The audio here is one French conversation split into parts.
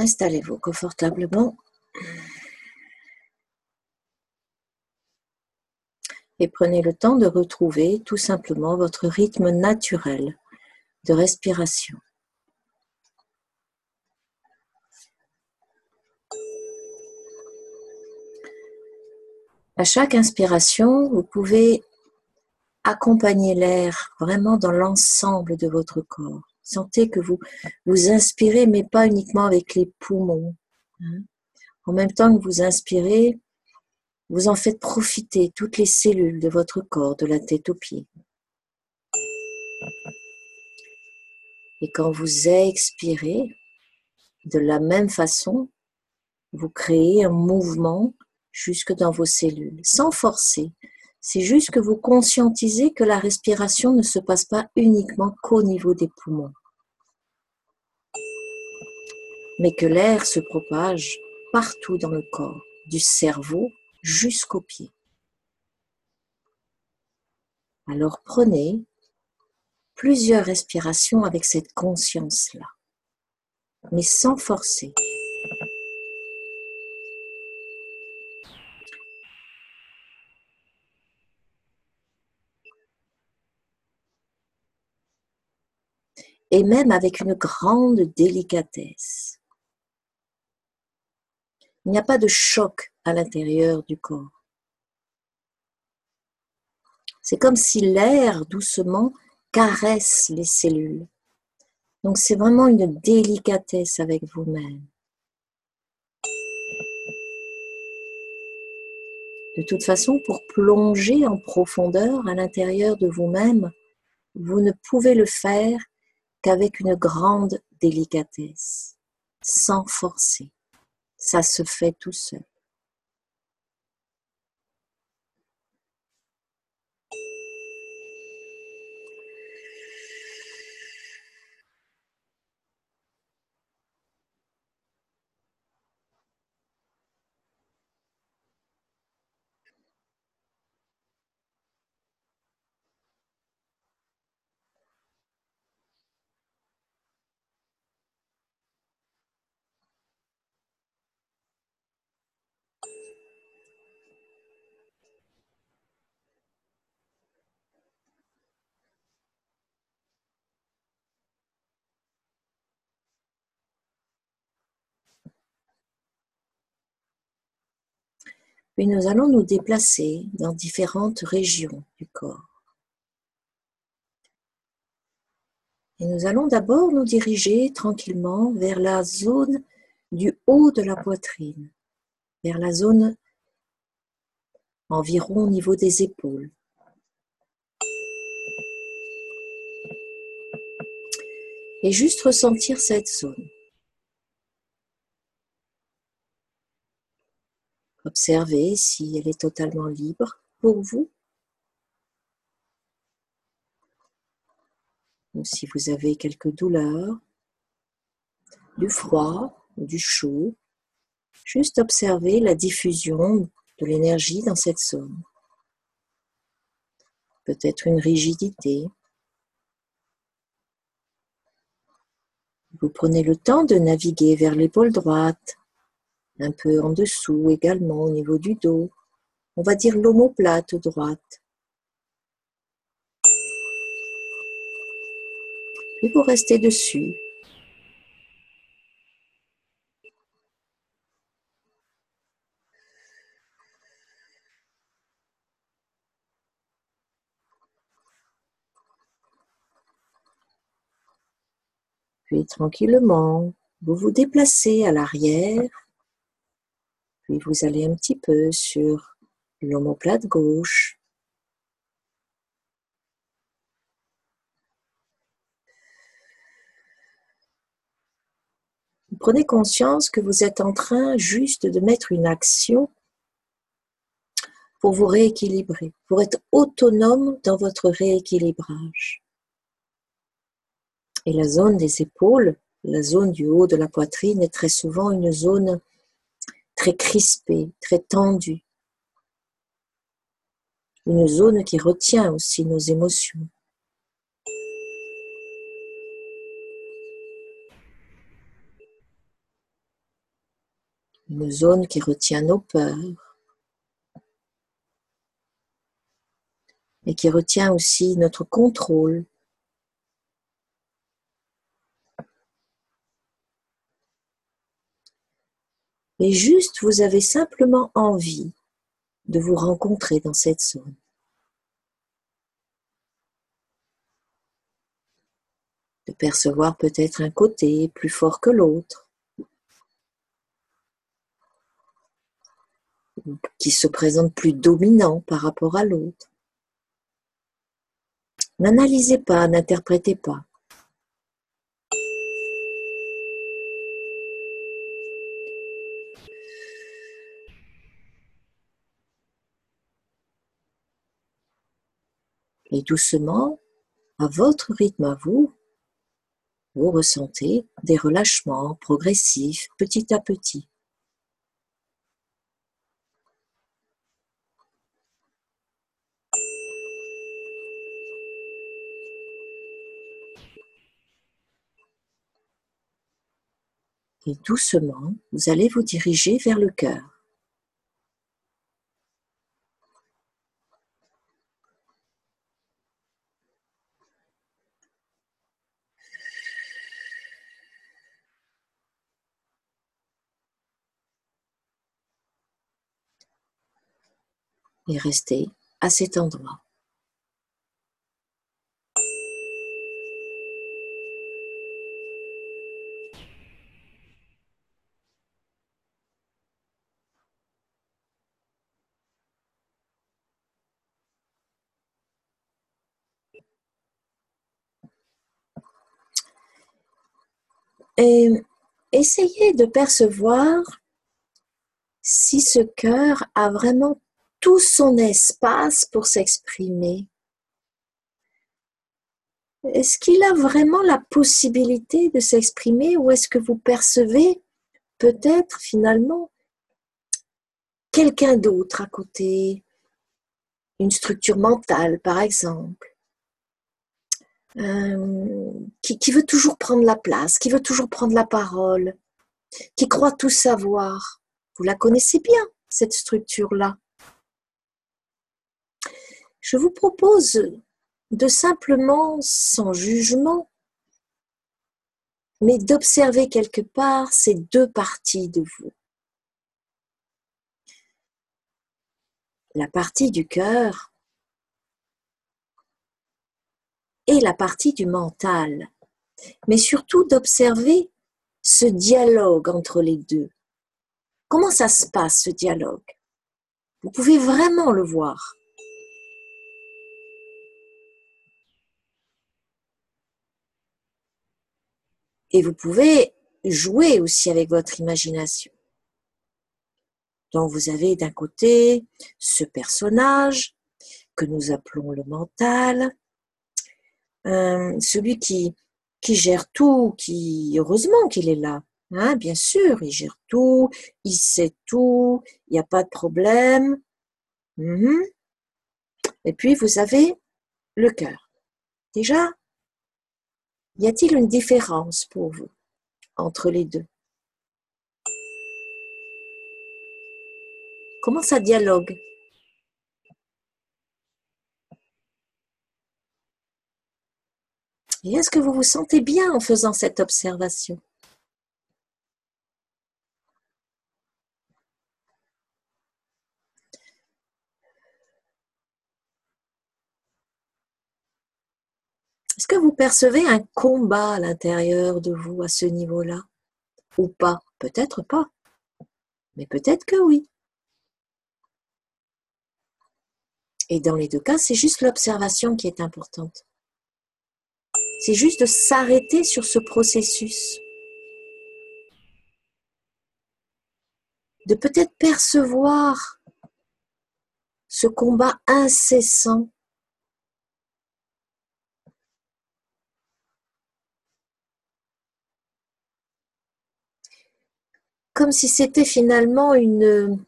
Installez-vous confortablement et prenez le temps de retrouver tout simplement votre rythme naturel de respiration. À chaque inspiration, vous pouvez accompagner l'air vraiment dans l'ensemble de votre corps. Sentez que vous inspirez, mais pas uniquement avec les poumons. En même temps que vous inspirez, vous en faites profiter toutes les cellules de votre corps, de la tête aux pieds. Et quand vous expirez, de la même façon, vous créez un mouvement jusque dans vos cellules, sans forcer. C'est juste que vous conscientisez que la respiration ne se passe pas uniquement qu'au niveau des poumons, mais que l'air se propage partout dans le corps, du cerveau jusqu'aux pieds. Alors prenez plusieurs respirations avec cette conscience-là, mais sans forcer. Et même avec une grande délicatesse. Il n'y a pas de choc à l'intérieur du corps. C'est comme si l'air doucement caresse les cellules. Donc c'est vraiment une délicatesse avec vous-même. De toute façon, pour plonger en profondeur à l'intérieur de vous-même, vous ne pouvez le faire qu'avec une grande délicatesse, sans forcer. Ça se fait tout seul. Puis nous allons nous déplacer dans différentes régions du corps. Et nous allons d'abord nous diriger tranquillement vers la zone du haut de la poitrine, vers la zone environ au niveau des épaules. Et juste ressentir cette zone. Observez si elle est totalement libre pour vous, ou si vous avez quelques douleurs, du froid ou du chaud. Juste observez la diffusion de l'énergie dans cette zone. Peut-être une rigidité. Vous prenez le temps de naviguer vers l'épaule droite, un peu en dessous également au niveau du dos. On va dire l'omoplate droite. Puis vous restez dessus. Puis tranquillement, vous vous déplacez à l'arrière. Puis vous allez un petit peu sur l'omoplate gauche. Vous prenez conscience que vous êtes en train juste de mettre une action pour vous rééquilibrer, pour être autonome dans votre rééquilibrage. Et la zone des épaules, la zone du haut de la poitrine est très souvent une zone très crispée, très tendue. Une zone qui retient aussi nos émotions. Une zone qui retient nos peurs et qui retient aussi notre contrôle. Et juste, vous avez simplement envie de vous rencontrer dans cette zone. De percevoir peut-être un côté plus fort que l'autre, qui se présente plus dominant par rapport à l'autre. N'analysez pas, n'interprétez pas. Et doucement, à votre rythme à vous, vous ressentez des relâchements progressifs, petit à petit. Et doucement, vous allez vous diriger vers le cœur. Et restez à cet endroit. Et essayez de percevoir si ce cœur a vraiment tout son espace pour s'exprimer. Est-ce qu'il a vraiment la possibilité de s'exprimer ou est-ce que vous percevez peut-être finalement quelqu'un d'autre à côté, une structure mentale par exemple, qui veut toujours prendre la place, qui veut toujours prendre la parole, qui croit tout savoir. Vous la connaissez bien, cette structure-là. Je vous propose de simplement, sans jugement, mais d'observer quelque part ces deux parties de vous. La partie du cœur et la partie du mental, mais surtout d'observer ce dialogue entre les deux. Comment ça se passe, ce dialogue? Vous pouvez vraiment le voir. Et vous pouvez jouer aussi avec votre imagination. Donc vous avez d'un côté ce personnage que nous appelons le mental, celui qui gère tout, qui heureusement qu'il est là, hein, bien sûr, il gère tout, il sait tout, il n'y a pas de problème. Et puis vous avez le cœur. Déjà, y a-t-il une différence pour vous entre les deux? Comment ça dialogue? Et est-ce que vous vous sentez bien en faisant cette observation? Est-ce que vous percevez un combat à l'intérieur de vous à ce niveau-là? Ou pas? Peut-être pas, mais peut-être que oui. Et dans les deux cas, c'est juste l'observation qui est importante. C'est juste de s'arrêter sur ce processus. De peut-être percevoir ce combat incessant. Comme si c'était finalement une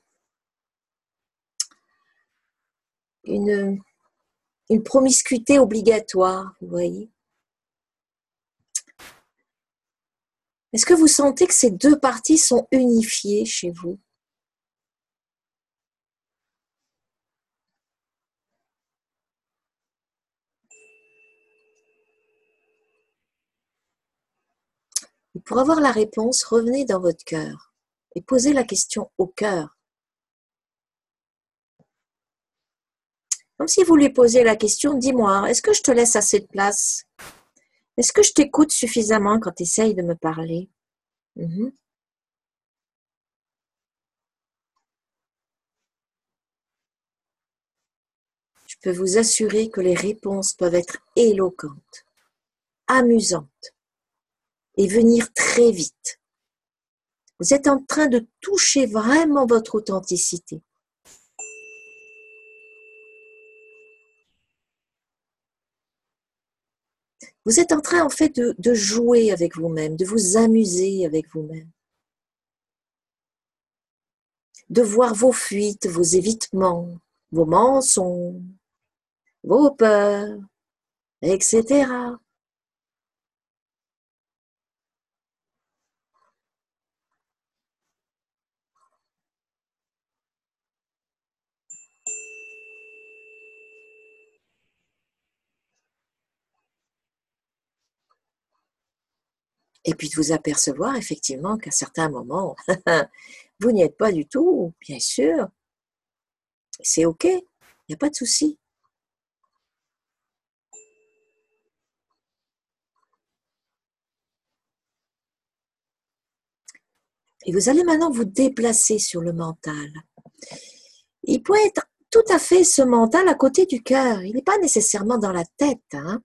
promiscuité obligatoire, vous voyez. Est-ce que vous sentez que ces deux parties sont unifiées chez vous? Et pour avoir la réponse, revenez dans votre cœur et posez la question au cœur. Comme si vous lui posiez la question, dis-moi, est-ce que je te laisse assez de place? Est-ce que je t'écoute suffisamment quand tu essayes de me parler? Je peux vous assurer que les réponses peuvent être éloquentes, amusantes et venir très vite. Vous êtes en train de toucher vraiment votre authenticité. Vous êtes en train, en fait, de jouer avec vous-même, de vous amuser avec vous-même, de voir vos fuites, vos évitements, vos mensonges, vos peurs, etc. Et puis de vous apercevoir effectivement qu'à certains moments, vous n'y êtes pas du tout, bien sûr, c'est ok, il n'y a pas de souci. Et vous allez maintenant vous déplacer sur le mental. Il peut être tout à fait ce mental à côté du cœur. Il n'est pas nécessairement dans la tête. Hein.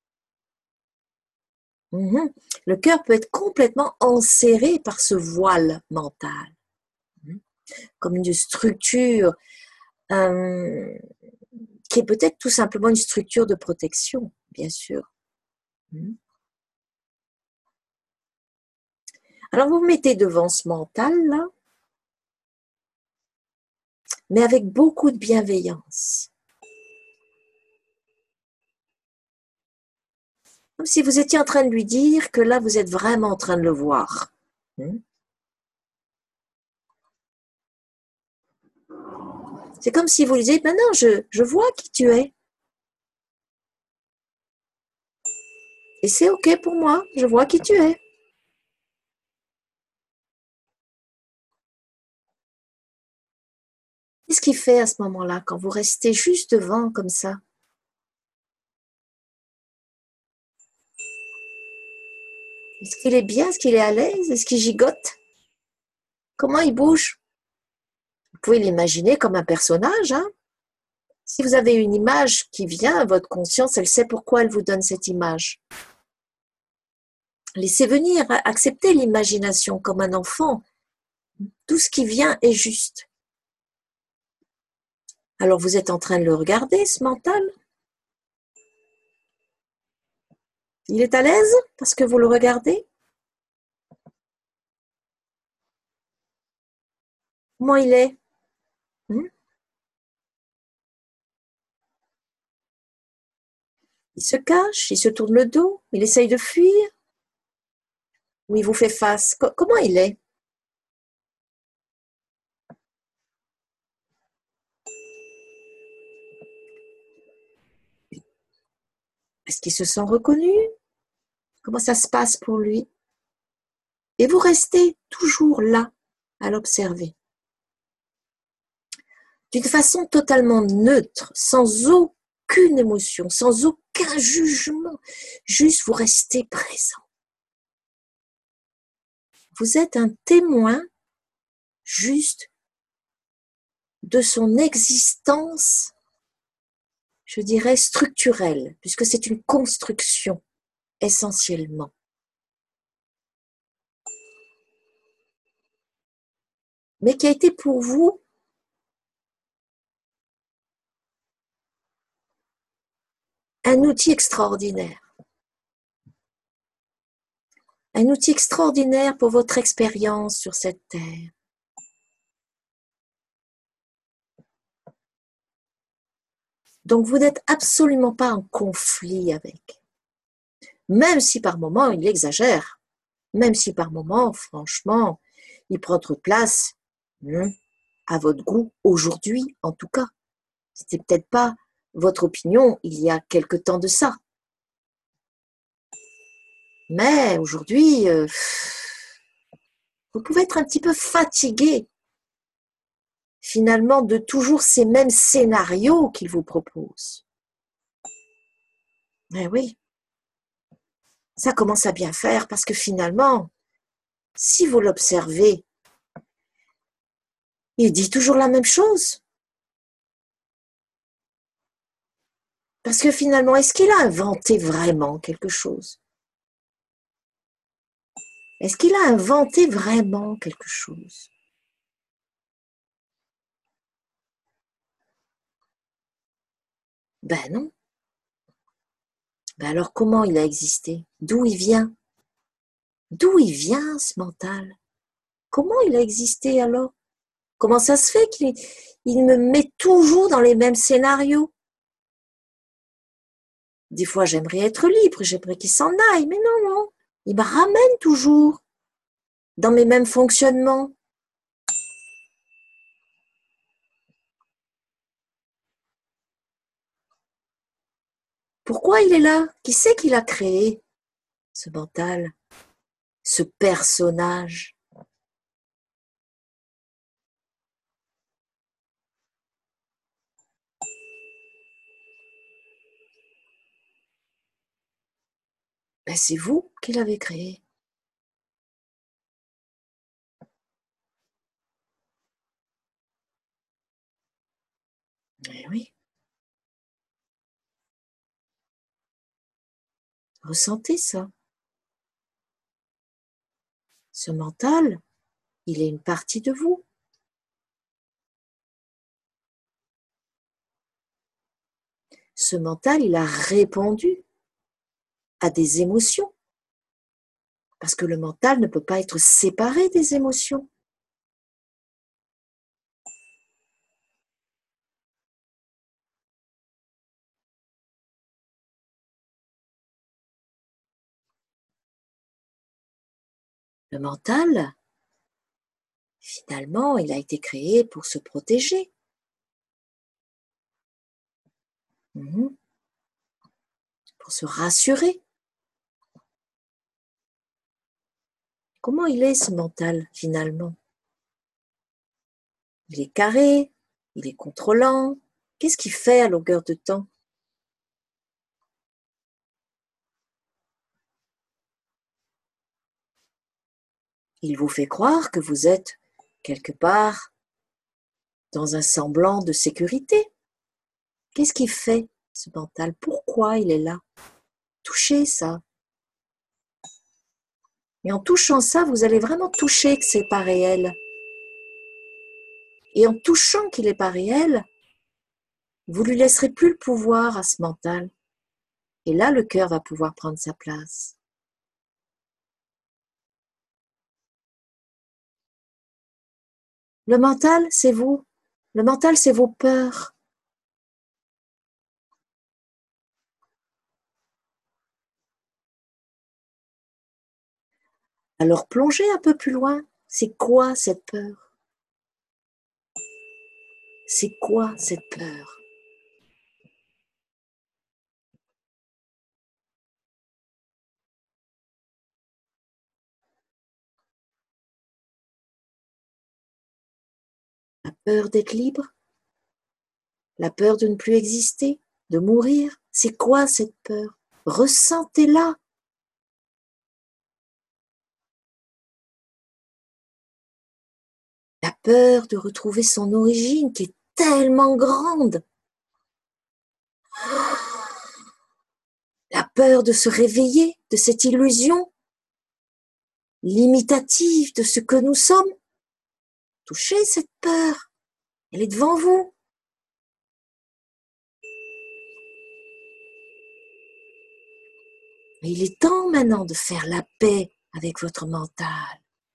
Le cœur peut être complètement enserré par ce voile mental, comme une structure euh, qui est peut-être tout simplement une structure de protection, bien sûr. Alors vous vous mettez devant ce mental là, mais avec beaucoup de bienveillance. Comme si vous étiez en train de lui dire que là, vous êtes vraiment en train de le voir. C'est comme si vous lui disiez, maintenant, je vois qui tu es. Et c'est OK pour moi, je vois qui tu es. Qu'est-ce qu'il fait à ce moment-là, quand vous restez juste devant comme ça? Est-ce qu'il est bien? Est-ce qu'il est à l'aise? Est-ce qu'il gigote? Comment il bouge? Vous pouvez l'imaginer comme un personnage. Hein? Si vous avez une image qui vient, votre conscience, elle sait pourquoi elle vous donne cette image. Laissez venir, acceptez l'imagination comme un enfant. Tout ce qui vient est juste. Alors vous êtes en train de le regarder, ce mental? Il est à l'aise parce que vous le regardez? Comment il est? Il se cache, il se tourne le dos, il essaye de fuir, ou il vous fait face. Comment il est? Est-ce qu'il se sent reconnu? Comment ça se passe pour lui? Et vous restez toujours là, à l'observer. D'une façon totalement neutre, sans aucune émotion, sans aucun jugement. Juste vous restez présent. Vous êtes un témoin juste de son existence, je dirais structurelle, puisque c'est une construction essentiellement. Mais qui a été pour vous un outil extraordinaire. Un outil extraordinaire pour votre expérience sur cette terre. Donc vous n'êtes absolument pas en conflit avec. Même si par moments il exagère. même si par moments, franchement, il prend trop de place, à votre goût, aujourd'hui en tout cas. C'était peut-être pas votre opinion il y a quelque temps de ça. Mais aujourd'hui, vous pouvez être un petit peu fatigué, finalement, de toujours ces mêmes scénarios qu'il vous propose. Mais oui, ça commence à bien faire parce que finalement, si vous l'observez, il dit toujours la même chose. Parce que finalement, est-ce qu'il a inventé vraiment quelque chose? Est-ce qu'il a inventé vraiment quelque chose? Ben non. Ben alors comment il a existé? D'où il vient? D'où il vient ce mental? Comment il a existé alors? Comment ça se fait qu'il me met toujours dans les mêmes scénarios? Des fois j'aimerais être libre, j'aimerais qu'il s'en aille, mais non, non. Il me ramène toujours dans mes mêmes fonctionnements. Pourquoi il est là? Qui c'est qui l'a créé, ce mental, ce personnage? Ben, c'est vous qui l'avez créé. Eh oui. Ressentez ça. Ce mental, il est une partie de vous. Ce mental, il a répondu à des émotions. Parce que le mental ne peut pas être séparé des émotions. Le mental, finalement, il a été créé pour se protéger. Pour se rassurer. Comment il est ce mental, finalement? Il est carré, il est contrôlant. Qu'est-ce qu'il fait à longueur de temps? Il vous fait croire que vous êtes quelque part dans un semblant de sécurité. Qu'est-ce qu'il fait, ce mental? Pourquoi il est là? Touchez ça. Et en touchant ça, vous allez vraiment toucher que c'est pas réel. Et en touchant qu'il n'est pas réel, vous lui laisserez plus le pouvoir à ce mental. Et là, le cœur va pouvoir prendre sa place. Le mental, c'est vous. Le mental, c'est vos peurs. Alors plongez un peu plus loin. C'est quoi cette peur? C'est quoi cette peur? La peur d'être libre? La peur de ne plus exister? De mourir? C'est quoi cette peur? Ressentez-la. La peur de retrouver son origine qui est tellement grande. La peur de se réveiller de cette illusion limitative de ce que nous sommes. Touchez cette peur. Elle est devant vous. Mais il est temps maintenant de faire la paix avec votre mental.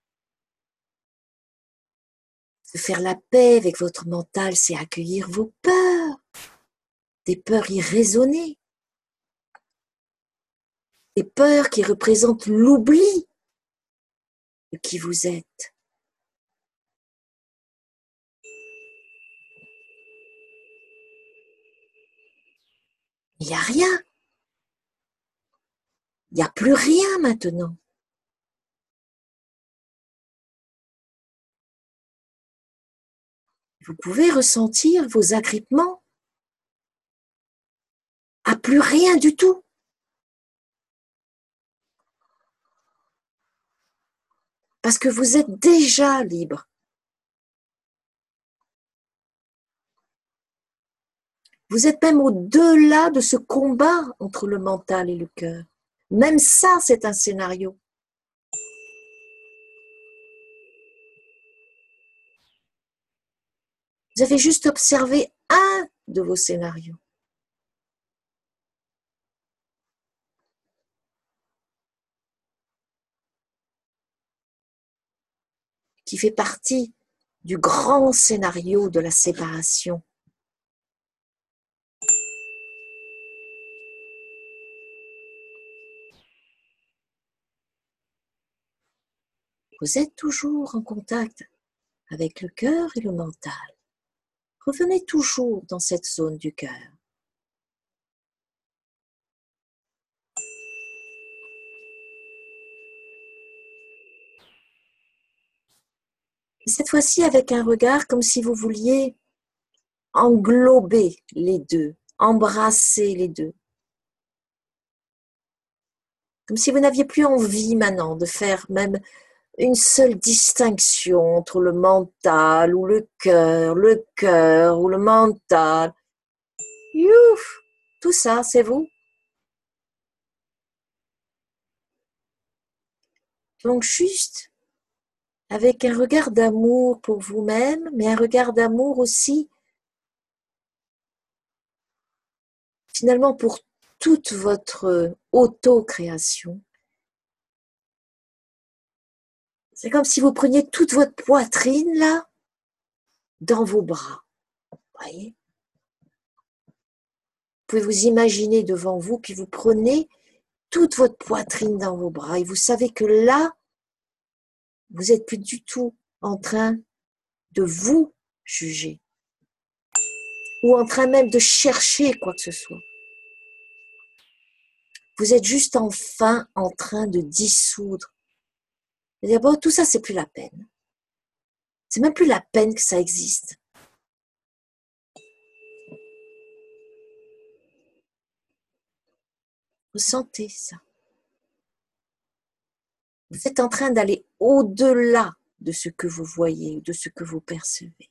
De faire la paix avec votre mental, c'est accueillir vos peurs. Des peurs irraisonnées. Des peurs qui représentent l'oubli. de qui vous êtes. Il n'y a rien. Il n'y a plus rien maintenant. Vous pouvez ressentir vos agrippements à plus rien du tout. Parce que vous êtes déjà libre. Vous êtes même au-delà de ce combat entre le mental et le cœur. Même ça, c'est un scénario. Vous avez juste observé un de vos scénarios. Qui fait partie du grand scénario de la séparation. Vous êtes toujours en contact avec le cœur et le mental. Revenez toujours dans cette zone du cœur. Et cette fois-ci avec un regard comme si vous vouliez englober les deux, embrasser les deux. Comme si vous n'aviez plus envie maintenant de faire même une seule distinction entre le mental ou le cœur ou le mental. Youf, tout ça, c'est vous. Donc juste avec un regard d'amour pour vous-même, mais un regard d'amour aussi finalement pour toute votre auto-création. C'est comme si vous preniez toute votre poitrine là dans vos bras. Voyez ? Vous pouvez vous imaginer devant vous, puis vous prenez toute votre poitrine dans vos bras et vous savez que là, vous n'êtes plus du tout en train de vous juger ou en train même de chercher quoi que ce soit. Vous êtes juste enfin en train de dissoudre. Et dire, bon, tout ça, c'est plus la peine. C'est même plus la peine que ça existe. Vous sentez ça. Vous êtes en train d'aller au-delà de ce que vous voyez, de ce que vous percevez.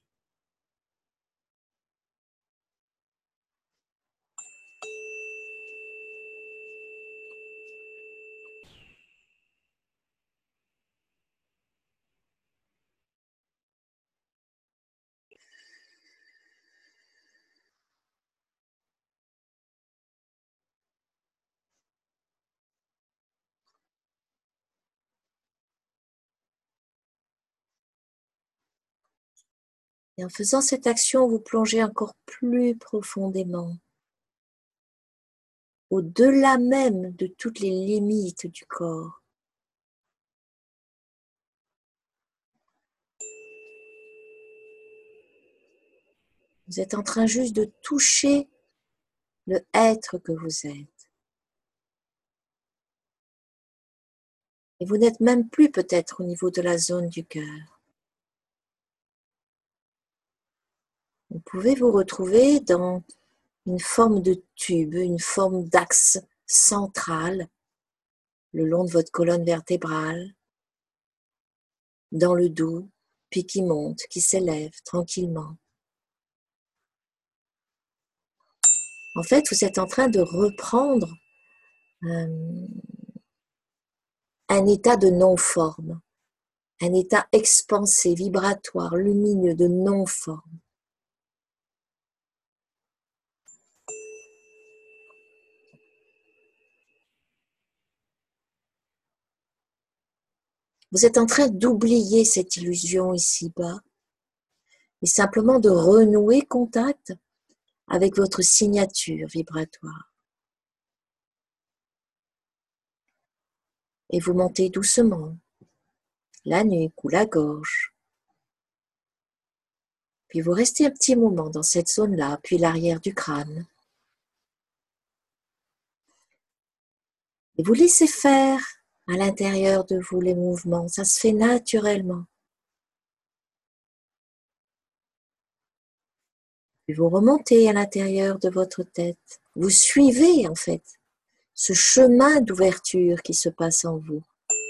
Et en faisant cette action, vous plongez encore plus profondément, au-delà même de toutes les limites du corps. Vous êtes en train juste de toucher le être que vous êtes. Et vous n'êtes même plus peut-être au niveau de la zone du cœur. Vous pouvez vous retrouver dans une forme de tube, une forme d'axe central le long de votre colonne vertébrale, dans le dos, puis qui monte, qui s'élève tranquillement. En fait, vous êtes en train de reprendre un état de non-forme, un état expansé, vibratoire, lumineux, de non-forme. Vous êtes en train d'oublier cette illusion ici-bas et simplement de renouer contact avec votre signature vibratoire. Et vous montez doucement la nuque ou la gorge. Puis vous restez un petit moment dans cette zone-là, puis l'arrière du crâne. Et vous laissez faire à l'intérieur de vous les mouvements, ça se fait naturellement. Puis vous remontez à l'intérieur de votre tête. Vous suivez en fait ce chemin d'ouverture qui se passe en vous.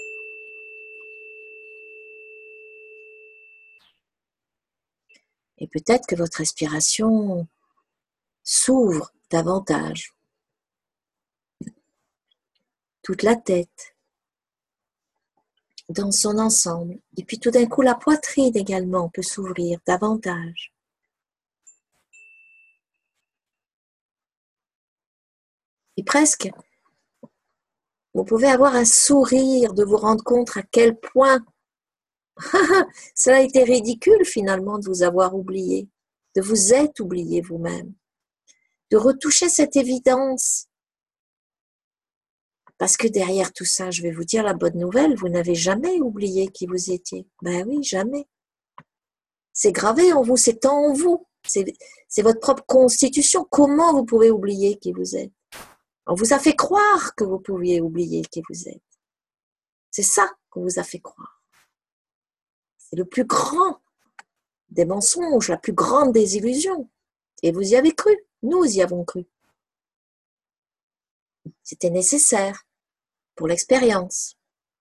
Et peut-être que votre respiration s'ouvre davantage. Toute la tête, dans son ensemble. Et puis tout d'un coup, la poitrine également peut s'ouvrir davantage. Et presque, vous pouvez avoir un sourire de vous rendre compte à quel point cela a été ridicule finalement de vous avoir oublié, de vous être oublié vous-même, de retoucher cette évidence. Parce que derrière tout ça, je vais vous dire la bonne nouvelle, vous n'avez jamais oublié qui vous étiez. Ben oui, jamais. C'est gravé en vous, c'est en vous. C'est votre propre constitution. Comment vous pouvez oublier qui vous êtes? On vous a fait croire que vous pouviez oublier qui vous êtes. C'est ça qu'on vous a fait croire. C'est le plus grand des mensonges, la plus grande des illusions. Et vous y avez cru. Nous y avons cru. C'était nécessaire pour l'expérience.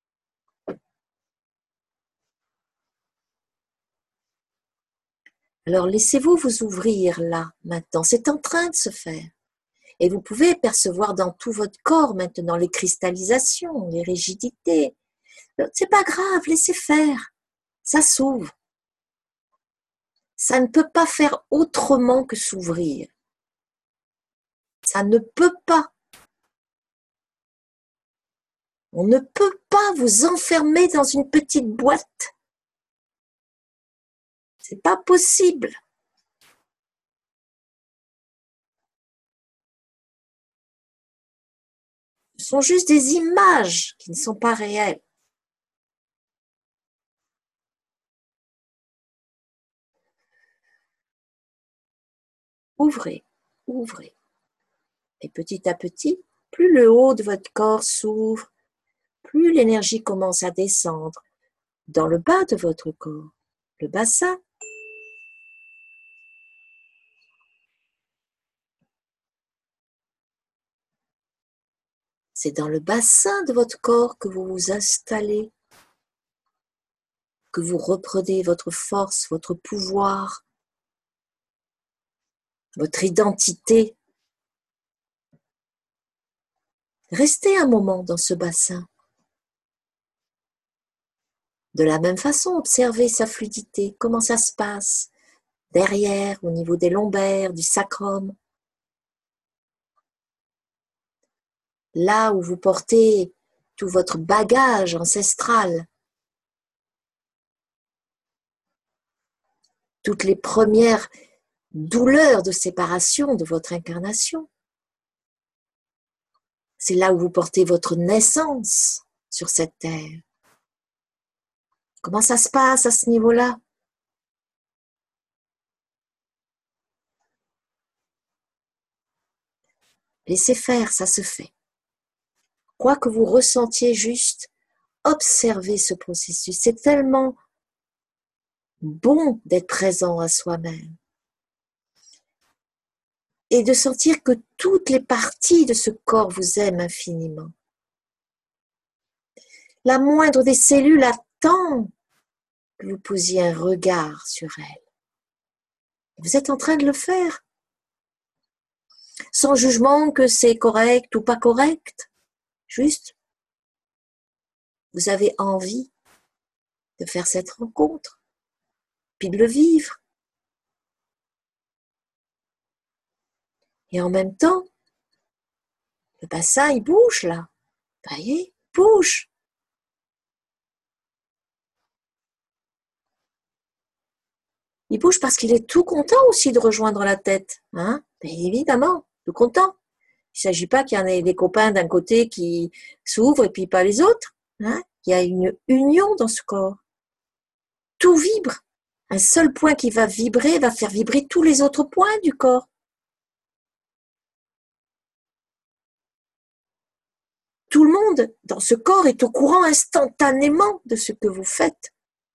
Alors laissez-vous vous ouvrir là, maintenant. C'est en train de se faire. Et vous pouvez percevoir dans tout votre corps maintenant les cristallisations, les rigidités. C'est pas grave, laissez faire. Ça s'ouvre. Ça ne peut pas faire autrement que s'ouvrir. Ça ne peut pas. On ne peut pas vous enfermer dans une petite boîte. C'est pas possible. Ce sont juste des images qui ne sont pas réelles. Ouvrez, ouvrez. Et petit à petit, plus le haut de votre corps s'ouvre, plus l'énergie commence à descendre dans le bas de votre corps, le bassin. C'est dans le bassin de votre corps que vous vous installez, que vous reprenez votre force, votre pouvoir, votre identité. Restez un moment dans ce bassin. De la même façon, observez sa fluidité, comment ça se passe derrière, au niveau des lombaires, du sacrum. Là où vous portez tout votre bagage ancestral, toutes les premières douleurs de séparation de votre incarnation. C'est là où vous portez votre naissance sur cette terre. Comment ça se passe à ce niveau-là? Laissez faire, ça se fait. Quoi que vous ressentiez, juste observez ce processus. C'est tellement bon d'être présent à soi-même et de sentir que toutes les parties de ce corps vous aiment infiniment. La moindre des cellules attend que vous posiez un regard sur elle. Vous êtes en train de le faire, sans jugement que c'est correct ou pas correct. Juste, vous avez envie de faire cette rencontre, puis de le vivre. Et en même temps, le bassin, il bouge là. Vous voyez, il bouge. Il bouge parce qu'il est tout content aussi de rejoindre la tête. Hein? Bien évidemment, tout content. Il ne s'agit pas qu'il y en ait des copains d'un côté qui s'ouvrent et puis pas les autres. Hein? Il y a une union dans ce corps. tout vibre. Un seul point qui va vibrer va faire vibrer tous les autres points du corps. Tout le monde dans ce corps est au courant instantanément de ce que vous faites.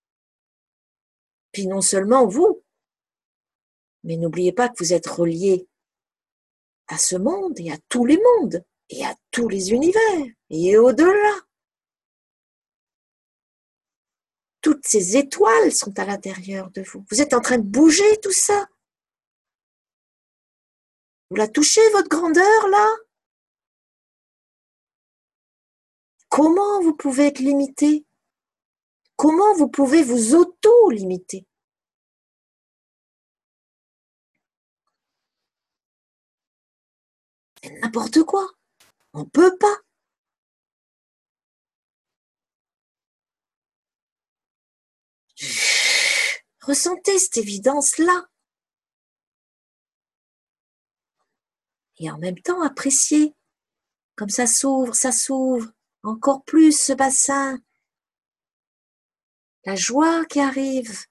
Puis non seulement vous, mais n'oubliez pas que vous êtes reliés à ce monde et à tous les mondes et à tous les univers et au-delà. Toutes ces étoiles sont à l'intérieur de vous. Vous êtes en train de bouger tout ça. Vous la touchez, votre grandeur, là? Comment vous pouvez être limité? Comment vous pouvez vous auto-limiter? C'est n'importe quoi. On ne peut pas. Ressentez cette évidence-là. Et en même temps, appréciez. Comme ça s'ouvre encore plus ce bassin. La joie qui arrive.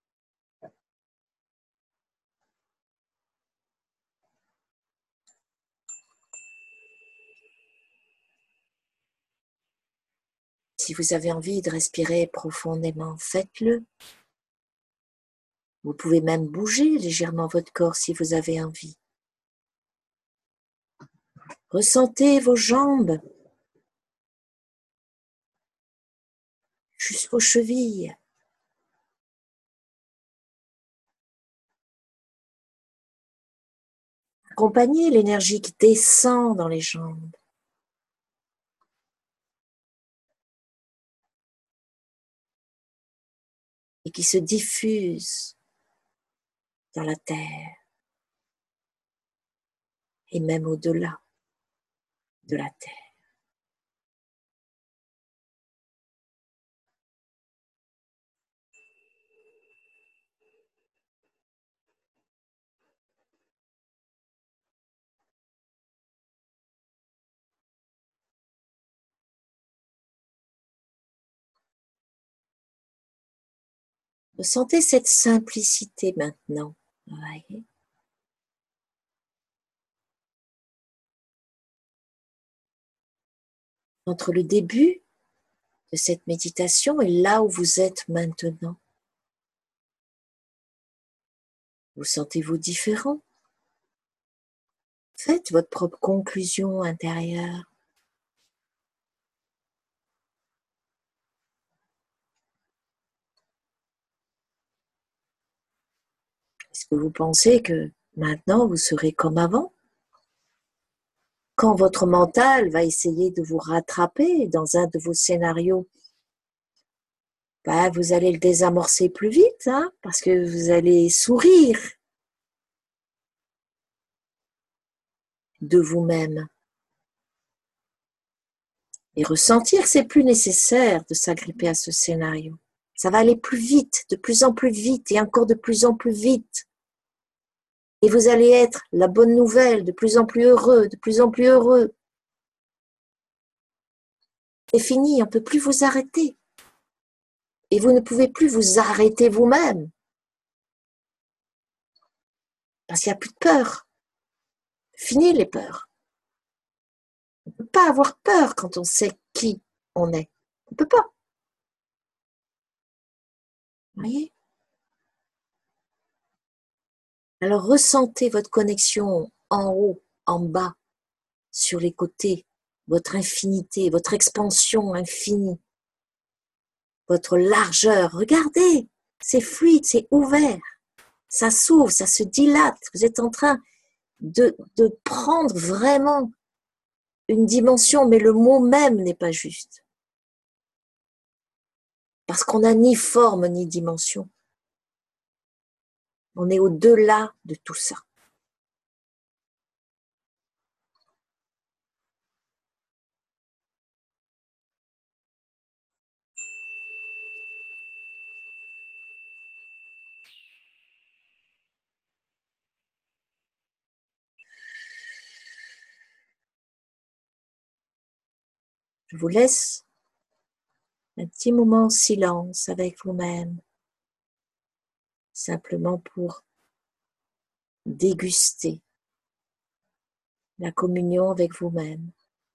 Si vous avez envie de respirer profondément, faites-le. Vous pouvez même bouger légèrement votre corps si vous avez envie. Ressentez vos jambes jusqu'aux chevilles. Accompagnez l'énergie qui descend dans les jambes. Et qui se diffuse dans la terre et même au-delà de la terre. Ressentez cette simplicité maintenant. Voyez ? Entre le début de cette méditation et là où vous êtes maintenant. Vous sentez-vous différent? Faites votre propre conclusion intérieure. Est-ce que vous pensez que maintenant vous serez comme avant? Quand votre mental va essayer de vous rattraper dans un de vos scénarios, vous allez le désamorcer plus vite, parce que vous allez sourire de vous-même. Et ressentir, c'est plus nécessaire de s'agripper à ce scénario. Ça va aller plus vite, de plus en plus vite et encore de plus en plus vite. Et vous allez être la bonne nouvelle, de plus en plus heureux, de plus en plus heureux. C'est fini, on ne peut plus vous arrêter. Et vous ne pouvez plus vous arrêter vous-même. Parce qu'il n'y a plus de peur. Fini les peurs. On ne peut pas avoir peur quand on sait qui on est. On ne peut pas. Vous voyez ? Alors ressentez votre connexion en haut, en bas, sur les côtés, votre infinité, votre expansion infinie, votre largeur. Regardez, c'est fluide, c'est ouvert. Ça s'ouvre, ça se dilate. Vous êtes en train de prendre vraiment une dimension, mais le mot même n'est pas juste. Parce qu'on n'a ni forme ni dimension. On est au-delà de tout ça. Je vous laisse un petit moment en silence avec vous-même. simplement pour déguster la communion avec vous-même.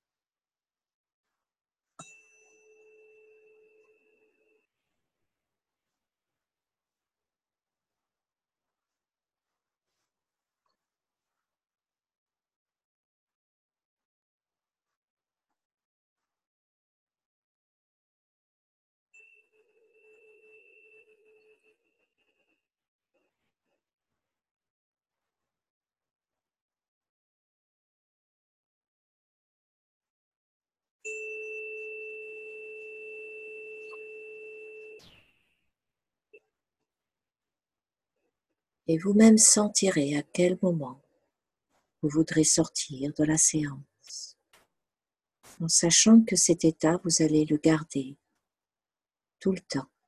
Et vous-même sentirez à quel moment vous voudrez sortir de la séance, en sachant que cet état, vous allez le garder tout le temps.